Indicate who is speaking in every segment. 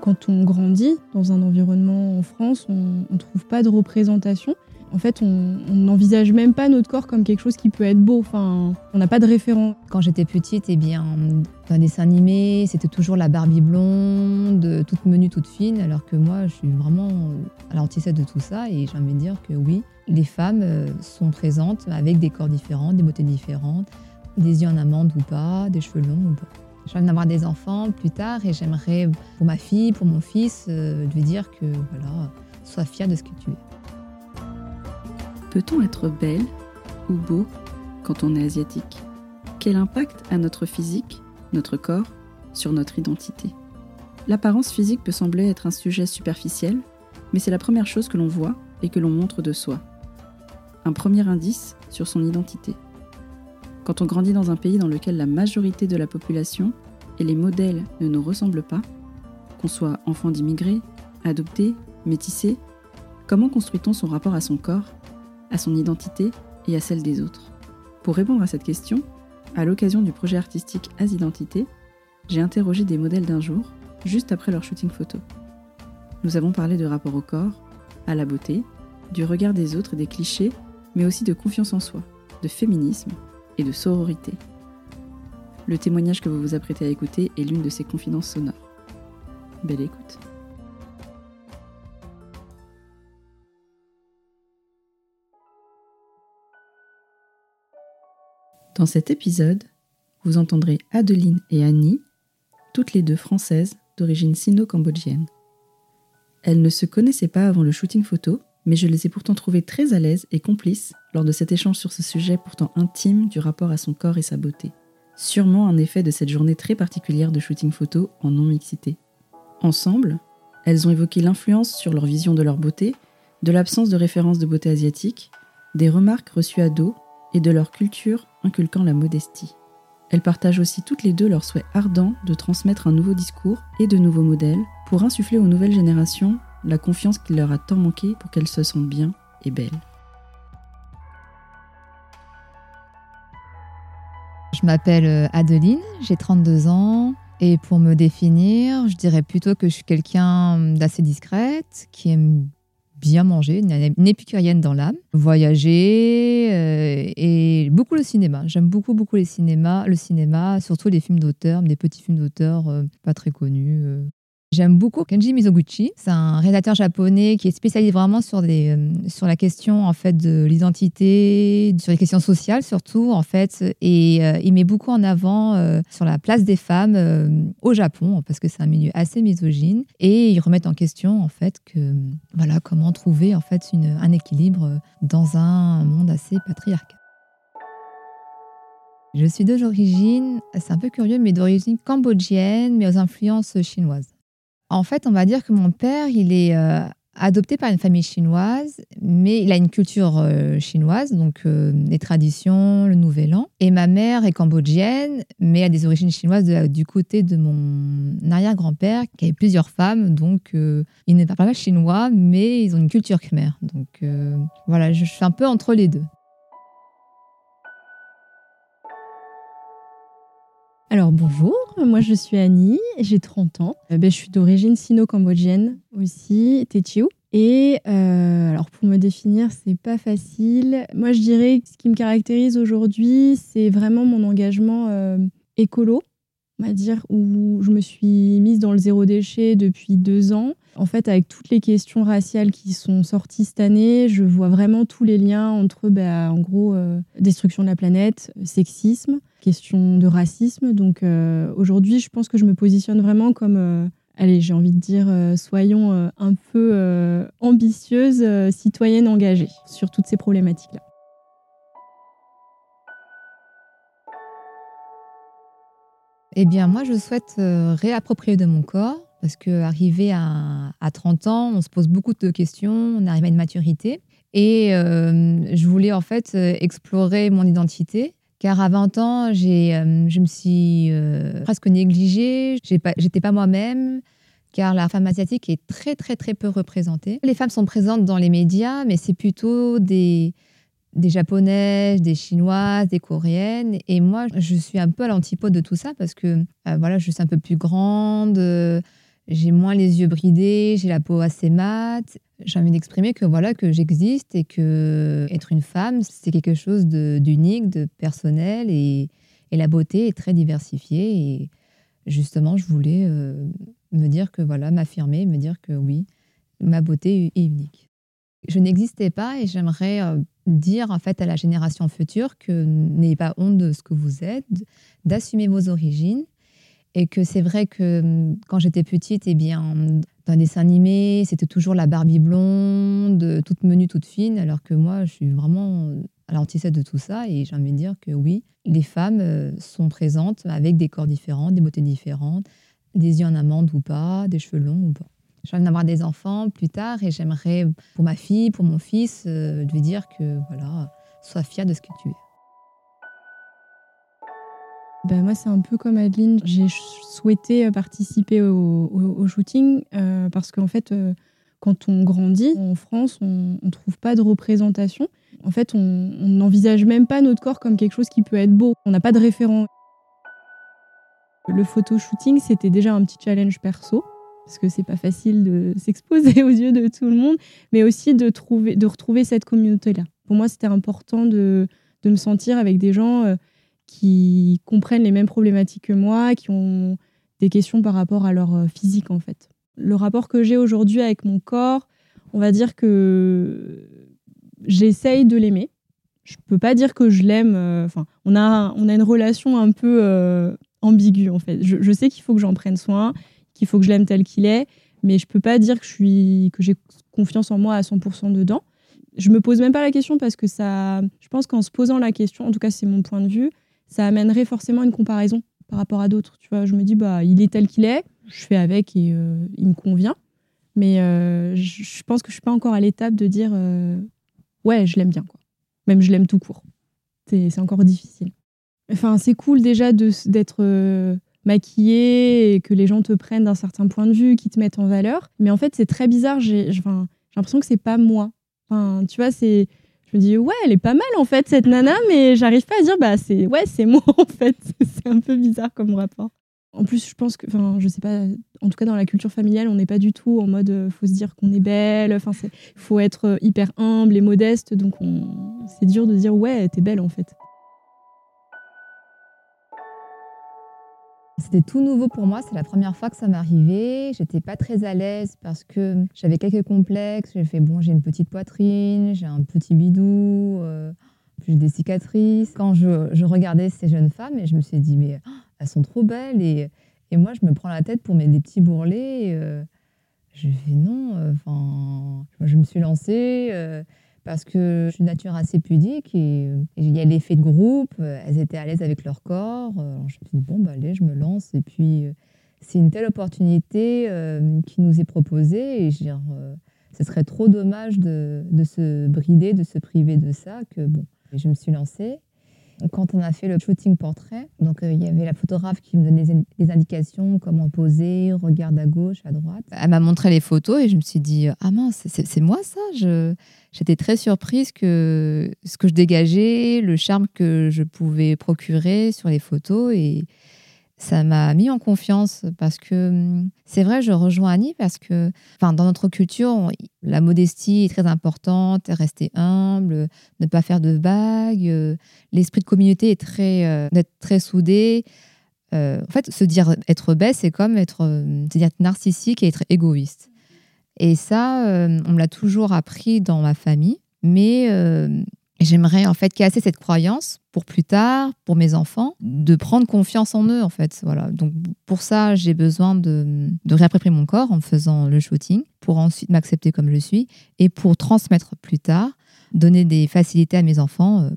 Speaker 1: Quand on grandit dans un environnement en France, on ne trouve pas de représentation. En fait, on n'envisage même pas notre corps comme quelque chose qui peut être beau. Enfin, on n'a pas de référent.
Speaker 2: Quand j'étais petite, dans un dessin animé, c'était toujours la Barbie blonde, toute menue, toute fine, alors que moi, je suis vraiment à l'antithèse de tout ça. Et j'ai envie de dire que oui, les femmes sont présentes avec des corps différents, des beautés différentes, des yeux en amande ou pas, des cheveux longs ou pas. J'ai envie d'avoir des enfants plus tard et j'aimerais, pour ma fille, pour mon fils, lui dire que voilà, sois fière de ce que tu es.
Speaker 3: Peut-on être belle ou beau quand on est asiatique ? Quel impact a notre physique, notre corps, sur notre identité ? L'apparence physique peut sembler être un sujet superficiel, mais c'est la première chose que l'on voit et que l'on montre de soi. Un premier indice sur son identité. Quand on grandit dans un pays dans lequel la majorité de la population et les modèles ne nous ressemblent pas, qu'on soit enfant d'immigrés, adopté, métissé, comment construit-on son rapport à son corps, à son identité et à celle des autres ? Pour répondre à cette question, à l'occasion du projet artistique Asidentité, j'ai interrogé des modèles d'un jour, juste après leur shooting photo. Nous avons parlé de rapport au corps, à la beauté, du regard des autres et des clichés, mais aussi de confiance en soi, de féminisme et de sororité. Le témoignage que vous vous apprêtez à écouter est l'une de ces confidences sonores. Belle écoute. Dans cet épisode, vous entendrez Adeline et Annie, toutes les deux françaises d'origine sino-cambodgienne. Elles ne se connaissaient pas avant le shooting photo, mais je les ai pourtant trouvées très à l'aise et complices lors de cet échange sur ce sujet pourtant intime du rapport à son corps et sa beauté. Sûrement un effet de cette journée très particulière de shooting photo en non-mixité. Ensemble, elles ont évoqué l'influence sur leur vision de leur beauté, de l'absence de référence de beauté asiatique, des remarques reçues à dos et de leur culture inculquant la modestie. Elles partagent aussi toutes les deux leur souhait ardent de transmettre un nouveau discours et de nouveaux modèles pour insuffler aux nouvelles générations la confiance qu'il leur a tant manqué pour qu'elles se sentent bien et belles.
Speaker 2: Je m'appelle Adeline, j'ai 32 ans et pour me définir, je dirais plutôt que je suis quelqu'un d'assez discrète, qui aime bien manger, une épicurienne dans l'âme, voyager et beaucoup le cinéma. J'aime beaucoup le cinéma, surtout les films d'auteur, des petits films d'auteur pas très connus. J'aime beaucoup Kenji Mizoguchi. C'est un réalisateur japonais qui est spécialisé vraiment sur la question en fait de l'identité, sur les questions sociales surtout en fait, et il met beaucoup en avant sur la place des femmes au Japon parce que c'est un milieu assez misogyne et ils remettent en question en fait que voilà comment trouver en fait un équilibre dans un monde assez patriarcal. Je suis d'origine, c'est un peu curieux, mais d'origine cambodgienne, mais aux influences chinoises. En fait, on va dire que mon père, il est adopté par une famille chinoise, mais il a une culture chinoise, donc les traditions, le nouvel an. Et ma mère est cambodgienne, mais a des origines chinoises du côté de mon arrière-grand-père, qui avait plusieurs femmes. Donc, ils ne parlent pas chinois, mais ils ont une culture khmer. Donc, voilà, je suis un peu entre les deux.
Speaker 1: Alors bonjour, moi je suis Annie, j'ai 30 ans. Je suis d'origine sino-cambodgienne aussi, Techiou. Et alors pour me définir, c'est pas facile. Moi je dirais que ce qui me caractérise aujourd'hui, c'est vraiment mon engagement écolo, on va dire, où je me suis mise dans le zéro déchet depuis 2 ans. En fait, avec toutes les questions raciales qui sont sorties cette année, je vois vraiment tous les liens entre, en gros, destruction de la planète, sexisme, question de racisme. Donc aujourd'hui, je pense que je me positionne vraiment comme, j'ai envie de dire, soyons un peu ambitieuses, citoyennes engagées sur toutes ces problématiques-là.
Speaker 2: Eh bien, moi, je souhaite réapproprier de mon corps parce qu'arrivé à 30 ans, on se pose beaucoup de questions, on arrive à une maturité. Et je voulais en fait explorer mon identité. Car à 20 ans, je me suis presque négligée, j'étais pas moi-même, car la femme asiatique est très, très, très peu représentée. Les femmes sont présentes dans les médias, mais c'est plutôt des japonaises, des chinoises, des coréennes. Et moi, je suis un peu à l'antipode de tout ça parce que voilà, je suis un peu plus grande, j'ai moins les yeux bridés, j'ai la peau assez mate. J'ai envie d'exprimer que voilà, que j'existe et que être une femme, c'est quelque chose d'unique, de personnel et la beauté est très diversifiée. Et justement, je voulais me dire que voilà, m'affirmer, me dire que oui, ma beauté est unique. Je n'existais pas et j'aimerais dire en fait à la génération future que n'ayez pas honte de ce que vous êtes, d'assumer vos origines. Et que c'est vrai que quand j'étais petite, eh bien, dans les dessins animés, c'était toujours la Barbie blonde, toute menue, toute fine, alors que moi, je suis vraiment à l'antithèse de tout ça. Et j'ai envie de dire que oui, les femmes sont présentes avec des corps différents, des beautés différentes, des yeux en amande ou pas, des cheveux longs ou pas. J'ai envie d'avoir des enfants plus tard et j'aimerais, pour ma fille, pour mon fils, lui dire que voilà, sois fière de ce que tu es.
Speaker 1: Moi, c'est un peu comme Adeline. J'ai souhaité participer au shooting parce qu'en fait, quand on grandit en France, on ne trouve pas de représentation. En fait, on n'envisage même pas notre corps comme quelque chose qui peut être beau. On n'a pas de référent. Le photo-shooting, c'était déjà un petit challenge perso parce que c'est pas facile de s'exposer aux yeux de tout le monde, mais aussi de retrouver cette communauté-là. Pour moi, c'était important de me sentir avec des gens qui comprennent les mêmes problématiques que moi, qui ont des questions par rapport à leur physique, en fait. Le rapport que j'ai aujourd'hui avec mon corps, on va dire que j'essaye de l'aimer. Je peux pas dire que je l'aime. On a une relation un peu ambiguë, en fait. Je sais qu'il faut que j'en prenne soin, qu'il faut que je l'aime tel qu'il est, mais je peux pas dire que j'ai confiance en moi à 100% dedans. Je me pose même pas la question parce que je pense qu'en se posant la question, en tout cas c'est mon point de vue, ça amènerait forcément une comparaison par rapport à d'autres. Tu vois, je me dis, il est tel qu'il est, je fais avec et il me convient. Mais je pense que je suis pas encore à l'étape de dire, ouais, je l'aime bien, quoi. Même je l'aime tout court. C'est encore difficile. Enfin, c'est cool déjà d'être maquillée et que les gens te prennent d'un certain point de vue, qu'ils te mettent en valeur. Mais en fait, c'est très bizarre. J'ai l'impression que c'est pas moi. Enfin, tu vois, je me dis, ouais, elle est pas mal en fait, cette nana, mais j'arrive pas à dire, c'est moi en fait. C'est un peu bizarre comme rapport. En plus, je pense que, je sais pas, en tout cas dans la culture familiale, on n'est pas du tout en mode, faut se dire qu'on est belle, il faut être hyper humble et modeste, donc c'est dur de dire, ouais, t'es belle en fait.
Speaker 2: C'était tout nouveau pour moi, c'est la première fois que ça m'arrivait. J'étais pas très à l'aise parce que j'avais quelques complexes. J'ai une petite poitrine, j'ai un petit bidou, puis j'ai des cicatrices. Quand je regardais ces jeunes femmes, et je me suis dit, mais elles sont trop belles. Et moi, je me prends la tête pour mettre des petits bourrelets. Je fais non, je me suis lancée parce que je suis de nature assez pudique et il y a l'effet de groupe, elles étaient à l'aise avec leur corps. Alors je me suis dit, allez, je me lance. Et puis, c'est une telle opportunité qui nous est proposée. Et ce serait trop dommage de se brider, de se priver de ça. Je me suis lancée. Quand on a fait le shooting portrait, donc il y avait la photographe qui me donnait des indications, comment poser, regarde à gauche, à droite. Elle m'a montré les photos et je me suis dit, ah mince, c'est moi ça. J'étais très surprise que ce que je dégageais, le charme que je pouvais procurer sur les photos, et ça m'a mis en confiance parce que c'est vrai, je rejoins Annie parce que dans notre culture, la modestie est très importante, rester humble, ne pas faire de vagues. L'esprit de communauté est d'être très soudé. En fait, se dire être belle, c'est comme être narcissique et être égoïste. Et ça, on me l'a toujours appris dans ma famille, mais j'aimerais en fait casser cette croyance pour plus tard, pour mes enfants, de prendre confiance en eux en fait. Voilà. Donc pour ça, j'ai besoin de réapproprier mon corps en faisant le shooting, pour ensuite m'accepter comme je suis et pour transmettre plus tard, donner des facilités à mes enfants.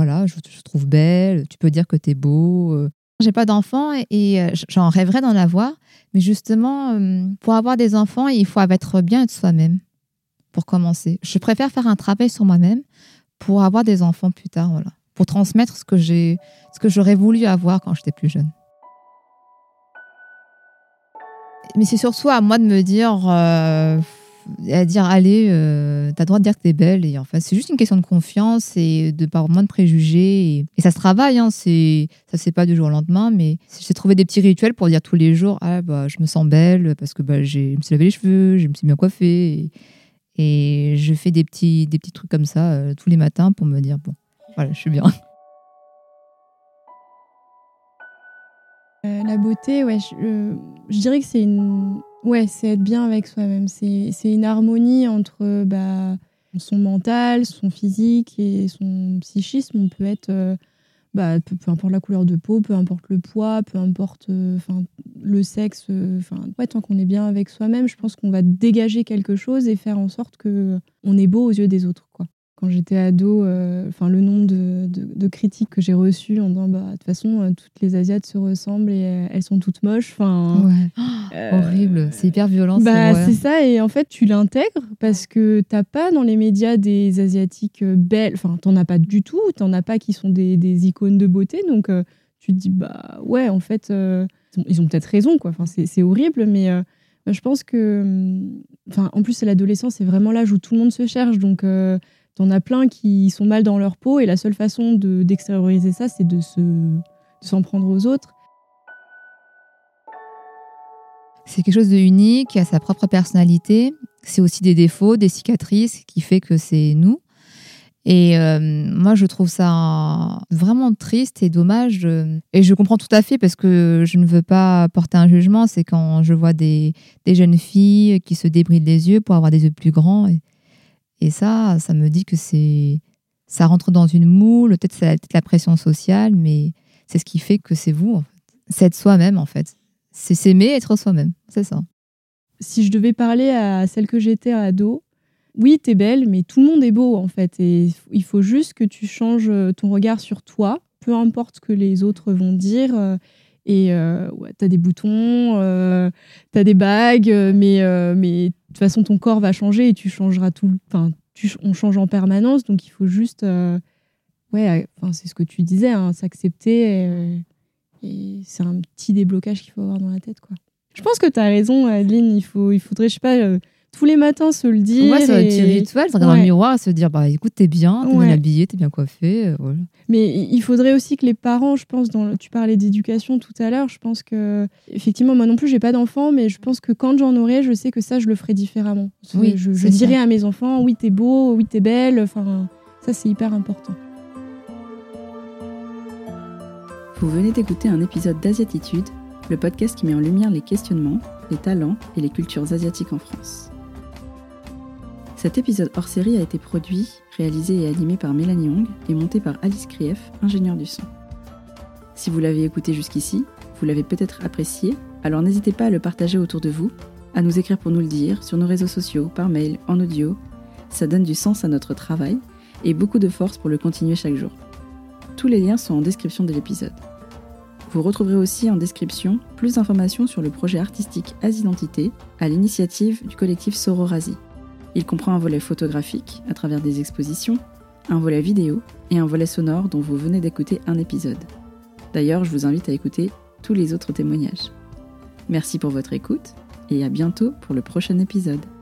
Speaker 2: Je trouve belle, tu peux dire que t'es beau. J'ai pas d'enfants et j'en rêverais d'en avoir, mais justement, pour avoir des enfants, il faut être bien de soi-même pour commencer. Je préfère faire un travail sur moi-même pour avoir des enfants plus tard, voilà. Pour transmettre ce que j'aurais voulu avoir quand j'étais plus jeune. Mais c'est surtout à moi de me dire, à dire allez, t'as le droit de dire que t'es belle. Et en fait, c'est juste une question de confiance et de pas avoir moins de préjugés. Et ça se travaille, hein, ça se fait pas du jour au lendemain, mais j'ai trouvé des petits rituels pour dire tous les jours je me sens belle parce que je me suis lavé les cheveux, je me suis bien coiffée. Et je fais des petits trucs comme ça tous les matins pour me dire bon, voilà, je suis bien.
Speaker 1: La beauté, je dirais que c'est être bien avec soi-même. C'est une harmonie entre son mental, son physique et son psychisme. On peut être, peu importe la couleur de peau, peu importe le poids, peu importe le sexe. Tant qu'on est bien avec soi-même, je pense qu'on va dégager quelque chose et faire en sorte qu'on est beau aux yeux des autres, quoi. Quand j'étais ado, le nombre de critiques que j'ai reçues en disant de toute façon, toutes les Asiates se ressemblent et elles sont toutes moches.
Speaker 2: Horrible, c'est hyper violent.
Speaker 1: C'est ça, et en fait, tu l'intègres parce que t'as pas dans les médias des Asiatiques belles. Enfin, t'en as pas du tout. T'en as pas qui sont des icônes de beauté. Donc, tu te dis, en fait, ils ont peut-être raison, quoi. Enfin, c'est horrible, mais je pense que. En plus, à l'adolescence, c'est vraiment l'âge où tout le monde se cherche. Donc, t'en as plein qui sont mal dans leur peau et la seule façon d'extérioriser ça, c'est de s'en prendre aux autres.
Speaker 2: C'est quelque chose de unique, qui a sa propre personnalité. C'est aussi des défauts, des cicatrices qui fait que c'est nous. Et moi, je trouve ça vraiment triste et dommage. Et je comprends tout à fait parce que je ne veux pas porter un jugement. C'est quand je vois des jeunes filles qui se débrident les yeux pour avoir des yeux plus grands. Et ça me dit que ça rentre dans une moule. Peut-être c'est la pression sociale, mais c'est ce qui fait que c'est vous, en fait. C'est être soi-même, en fait. C'est s'aimer, être soi-même. C'est ça.
Speaker 1: Si je devais parler à celle que j'étais ado, oui, t'es belle, mais tout le monde est beau, en fait. Et il faut juste que tu changes ton regard sur toi, peu importe ce que les autres vont dire. T'as des boutons, t'as des bagues, mais de toute façon, ton corps va changer et tu changeras tout. On change en permanence, donc il faut juste... c'est ce que tu disais, hein, s'accepter. Et c'est un petit déblocage qu'il faut avoir dans la tête, quoi. Je pense que t'as raison, Adeline. Il faudrait, je sais pas... tous les matins se le dire.
Speaker 2: Ouais, c'est un petit rituel, se regarder dans le miroir et se dire écoute, t'es bien habillée, t'es bien coiffée. Voilà.
Speaker 1: Mais il faudrait aussi que les parents, je pense, tu parlais d'éducation tout à l'heure, je pense que, effectivement, moi non plus, j'ai pas d'enfants, mais je pense que quand j'en aurai, je sais que ça, je le ferai différemment.
Speaker 2: Oui,
Speaker 1: je dirais à mes enfants, oui, t'es beau, oui, t'es belle. Ça, c'est hyper important.
Speaker 3: Vous venez d'écouter un épisode d'Asiatitude, le podcast qui met en lumière les questionnements, les talents et les cultures asiatiques en France. Cet épisode hors-série a été produit, réalisé et animé par Mélanie Hong et monté par Alice Krief, ingénieure du son. Si vous l'avez écouté jusqu'ici, vous l'avez peut-être apprécié, alors n'hésitez pas à le partager autour de vous, à nous écrire pour nous le dire, sur nos réseaux sociaux, par mail, en audio. Ça donne du sens à notre travail et beaucoup de force pour le continuer chaque jour. Tous les liens sont en description de l'épisode. Vous retrouverez aussi en description plus d'informations sur le projet artistique Asidentité à l'initiative du collectif Sororasi. Il comprend un volet photographique à travers des expositions, un volet vidéo et un volet sonore dont vous venez d'écouter un épisode. D'ailleurs, je vous invite à écouter tous les autres témoignages. Merci pour votre écoute et à bientôt pour le prochain épisode.